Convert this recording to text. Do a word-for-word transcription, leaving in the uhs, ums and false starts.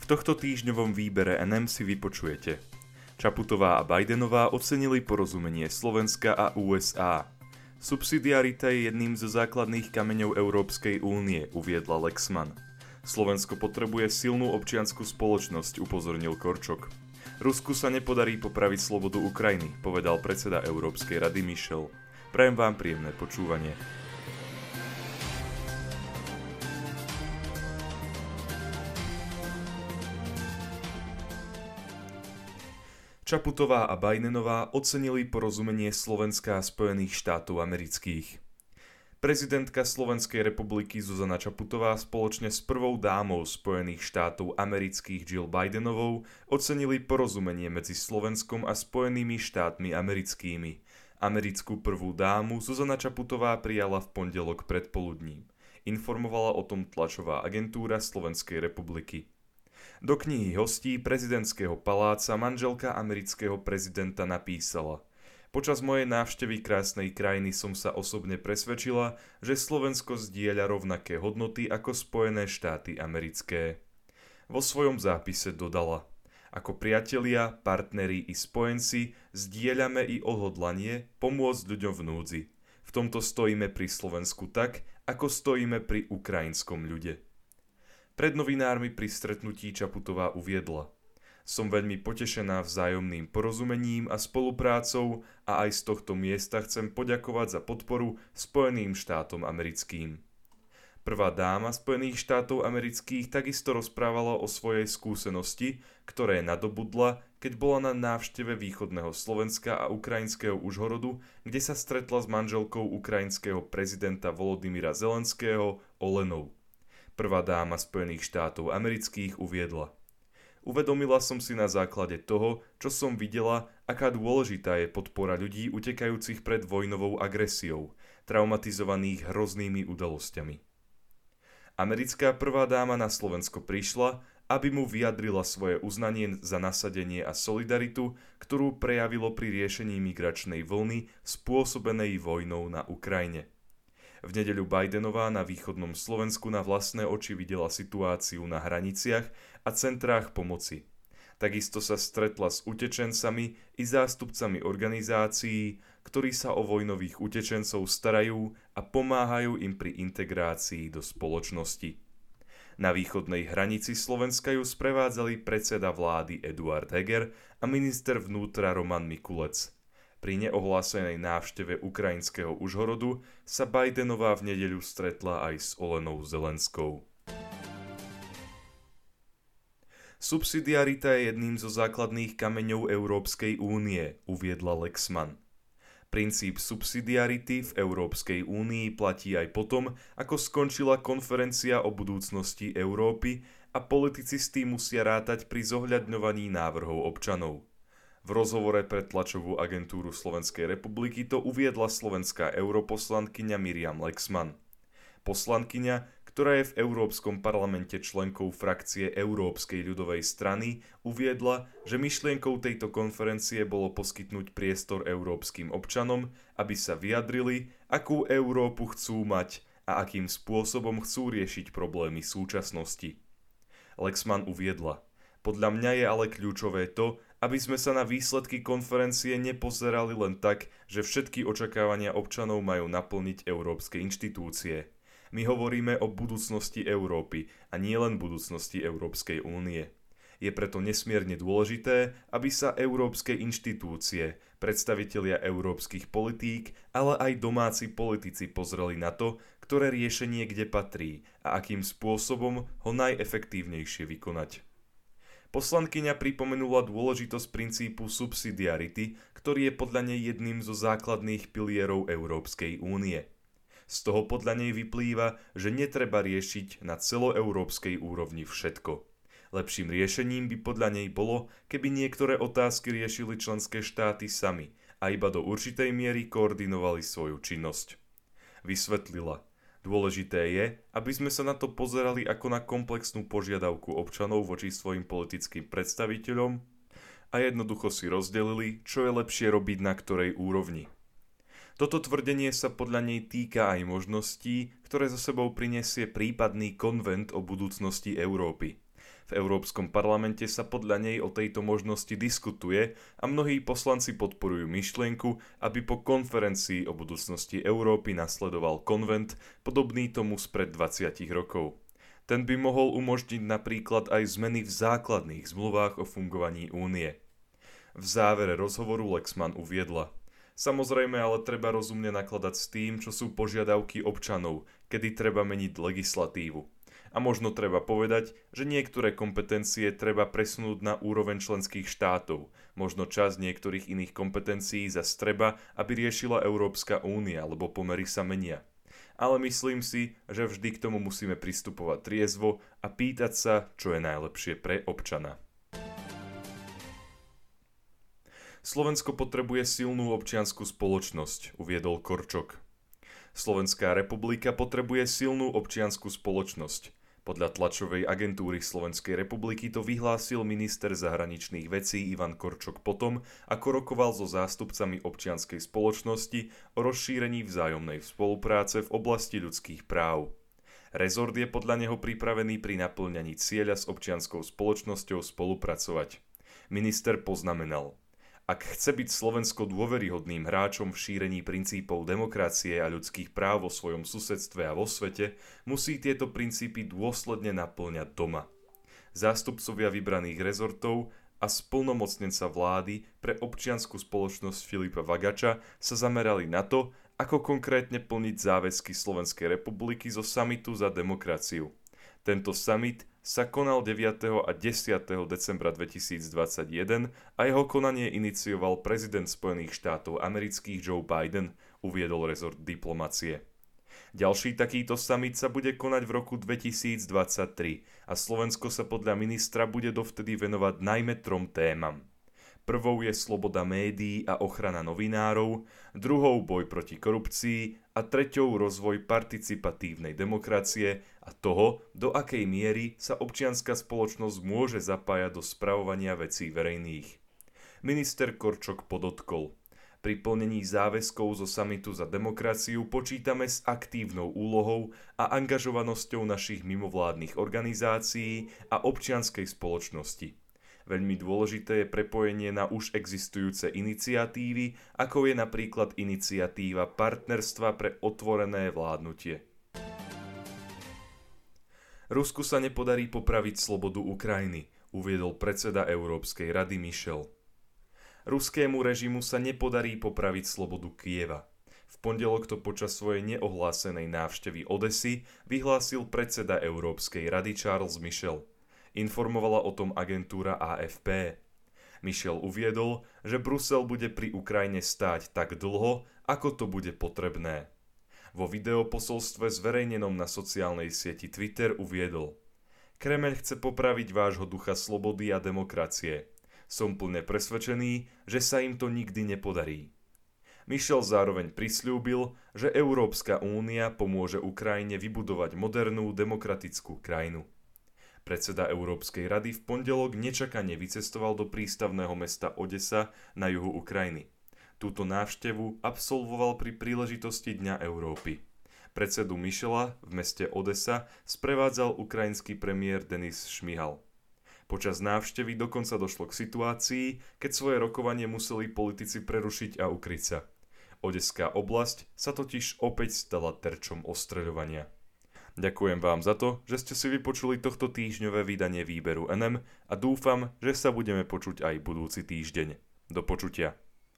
tohto týždňovom výbere en em si vypočujete. Čaputová a Bidenová ocenili porozumenie Slovenska a ú es á. Subsidiarita je jedným zo základných kameňov Európskej únie, uviedla Lexman. Slovensko potrebuje silnú občiansku spoločnosť, upozornil Korčok. Rusku sa nepodarí popraviť slobodu Ukrajiny, povedal predseda Európskej rady Michel. Prajem vám príjemné počúvanie. Čaputová a Bidenová ocenili porozumenie Slovenska a Spojených štátov amerických. Prezidentka Slovenskej republiky Zuzana Čaputová spoločne s prvou dámou Spojených štátov amerických Jill Bidenovou ocenili porozumenie medzi Slovenskom a Spojenými štátmi americkými. Americkú prvú dámu Zuzana Čaputová prijala v pondelok predpoludním. Informovala o tom tlačová agentúra Slovenskej republiky. Do knihy hostí prezidentského paláca manželka amerického prezidenta napísala: Počas mojej návštevy krásnej krajiny som sa osobne presvedčila, že Slovensko zdieľa rovnaké hodnoty ako Spojené štáty americké. Vo svojom zápise dodala: Ako priatelia, partneri i spojenci zdieľame i odhodlanie pomôcť ľuďom v núdzi. V tomto stojíme pri Slovensku tak, ako stojíme pri ukrajinskom ľude. Pred novinármi pri stretnutí Čaputová uviedla: Som veľmi potešená vzájomným porozumením a spoluprácou a aj z tohto miesta chcem poďakovať za podporu Spojeným štátom americkým. Prvá dáma Spojených štátov amerických takisto rozprávala o svojej skúsenosti, ktoré nadobudla, keď bola na návšteve východného Slovenska a ukrajinského Užhorodu, kde sa stretla s manželkou ukrajinského prezidenta Volodymyra Zelenského Olenou. Prvá dáma Spojených štátov amerických uviedla: Uvedomila som si na základe toho, čo som videla, aká dôležitá je podpora ľudí utekajúcich pred vojnovou agresiou, traumatizovaných hroznými udalosťami. Americká prvá dáma na Slovensko prišla, aby mu vyjadrila svoje uznanie za nasadenie a solidaritu, ktorú prejavilo pri riešení migračnej vlny spôsobenej vojnou na Ukrajine. V nedeľu Bidenová na východnom Slovensku na vlastné oči videla situáciu na hraniciach a centrách pomoci. Takisto sa stretla s utečencami i zástupcami organizácií, ktorí sa o vojnových utečencov starajú a pomáhajú im pri integrácii do spoločnosti. Na východnej hranici Slovenska ju sprevádzali predseda vlády Eduard Heger a minister vnútra Roman Mikulec. Pri neohlásenej návšteve ukrajinského Užhorodu sa Bidenová v nedeľu stretla aj s Olenou Zelenskou. Subsidiarita je jedným zo základných kameňov Európskej únie, uviedla Lexman. Princíp subsidiarity v Európskej únii platí aj potom, ako skončila konferencia o budúcnosti Európy a politici s tým musia rátať pri zohľadňovaní návrhov občanov. V rozhovore pre tlačovú agentúru Slovenskej republiky to uviedla slovenská europoslankyňa Miriam Lexman. Poslankyňa, ktorá je v Európskom parlamente členkou frakcie Európskej ľudovej strany, uviedla, že myšlienkou tejto konferencie bolo poskytnúť priestor európskym občanom, aby sa vyjadrili, akú Európu chcú mať a akým spôsobom chcú riešiť problémy súčasnosti. Lexman uviedla: Podľa mňa je ale kľúčové to, aby sme sa na výsledky konferencie nepozerali len tak, že všetky očakávania občanov majú naplniť európske inštitúcie. My hovoríme o budúcnosti Európy a nie len budúcnosti Európskej únie. Je preto nesmierne dôležité, aby sa európske inštitúcie, predstavitelia európskych politík, ale aj domáci politici pozreli na to, ktoré riešenie kde patrí a akým spôsobom ho najefektívnejšie vykonať. Poslankyňa pripomenula dôležitosť princípu subsidiarity, ktorý je podľa nej jedným zo základných pilierov Európskej únie. Z toho podľa nej vyplýva, že netreba riešiť na celoeurópskej úrovni všetko. Lepším riešením by podľa nej bolo, keby niektoré otázky riešili členské štáty sami a iba do určitej miery koordinovali svoju činnosť. Vysvetlila: Dôležité je, aby sme sa na to pozerali ako na komplexnú požiadavku občanov voči svojim politickým predstaviteľom a jednoducho si rozdelili, čo je lepšie robiť na ktorej úrovni. Toto tvrdenie sa podľa nej týka aj možností, ktoré so sebou prinesie prípadný konvent o budúcnosti Európy. V Európskom parlamente sa podľa nej o tejto možnosti diskutuje a mnohí poslanci podporujú myšlienku, aby po konferencii o budúcnosti Európy nasledoval konvent, podobný tomu spred dvadsať rokov. Ten by mohol umožniť napríklad aj zmeny v základných zmluvách o fungovaní únie. V závere rozhovoru Lexman uviedla: Samozrejme, ale treba rozumne nakladať s tým, čo sú požiadavky občanov, kedy treba meniť legislatívu. A možno treba povedať, že niektoré kompetencie treba presunúť na úroveň členských štátov, možno časť niektorých iných kompetencií zas treba, aby riešila Európska únia, lebo pomery sa menia. Ale myslím si, že vždy k tomu musíme pristupovať triezvo a pýtať sa, čo je najlepšie pre občana. Slovensko potrebuje silnú občiansku spoločnosť, uviedol Korčok. Slovenská republika potrebuje silnú občiansku spoločnosť. Podľa tlačovej agentúry Slovenskej republiky to vyhlásil minister zahraničných vecí Ivan Korčok potom, ako rokoval so zástupcami občianskej spoločnosti o rozšírení vzájomnej spolupráce v oblasti ľudských práv. Rezort je podľa neho pripravený pri naplňaní cieľa s občianskou spoločnosťou spolupracovať. Minister poznamenal: Ak chce byť Slovensko dôveryhodným hráčom v šírení princípov demokracie a ľudských práv vo svojom susedstve a vo svete, musí tieto princípy dôsledne naplňať doma. Zástupcovia vybraných rezortov a splnomocnenca vlády pre občiansku spoločnosť Filipa Vagača sa zamerali na to, ako konkrétne plniť záväzky Slovenskej republiky zo samitu za demokraciu. Tento summit sa konal deviateho a desiateho decembra dvetisícdvadsaťjeden a jeho konanie inicioval prezident Spojených štátov amerických Joe Biden, uviedol rezort diplomacie. Ďalší takýto summit sa bude konať v roku dvetisícdvadsaťtri a Slovensko sa podľa ministra bude dovtedy venovať najmä trom témam. Prvou je sloboda médií a ochrana novinárov, druhou boj proti korupcii a treťou rozvoj participatívnej demokracie a toho, do akej miery sa občianska spoločnosť môže zapájať do spravovania vecí verejných. Minister Korčok podotkol: Pri plnení záväzkov zo samitu za demokraciu počítame s aktívnou úlohou a angažovanosťou našich mimovládnych organizácií a občianskej spoločnosti. Veľmi dôležité je prepojenie na už existujúce iniciatívy, ako je napríklad iniciatíva Partnerstva pre otvorené vládnutie. Rusku sa nepodarí popraviť slobodu Ukrajiny, uviedol predseda Európskej rady Michel. Ruskému režimu sa nepodarí popraviť slobodu Kyjeva. V pondelok to počas svojej neohlásenej návštevy Odesy vyhlásil predseda Európskej rady Charles Michel. Informovala o tom agentúra á ef pé. Michel uviedol, že Brusel bude pri Ukrajine stáť tak dlho, ako to bude potrebné. Vo videoposolstve zverejnenom na sociálnej sieti Twitter uviedol: Kremeľ chce popraviť vášho ducha slobody a demokracie. Som plne presvedčený, že sa im to nikdy nepodarí. Michel zároveň prisľúbil, že Európska únia pomôže Ukrajine vybudovať modernú demokratickú krajinu. Predseda Európskej rady v pondelok nečakane vycestoval do prístavného mesta Odesa na juhu Ukrajiny. Túto návštevu absolvoval pri príležitosti Dňa Európy. Predsedu Michela v meste Odesa sprevádzal ukrajinský premiér Denis Šmihal. Počas návštevy dokonca došlo k situácii, keď svoje rokovanie museli politici prerušiť a ukryť sa. Odeská oblasť sa totiž opäť stala terčom ostreľovania. Ďakujem vám za to, že ste si vypočuli tohto týždňové vydanie Výberu en em a dúfam, že sa budeme počuť aj budúci týždeň. Do počutia.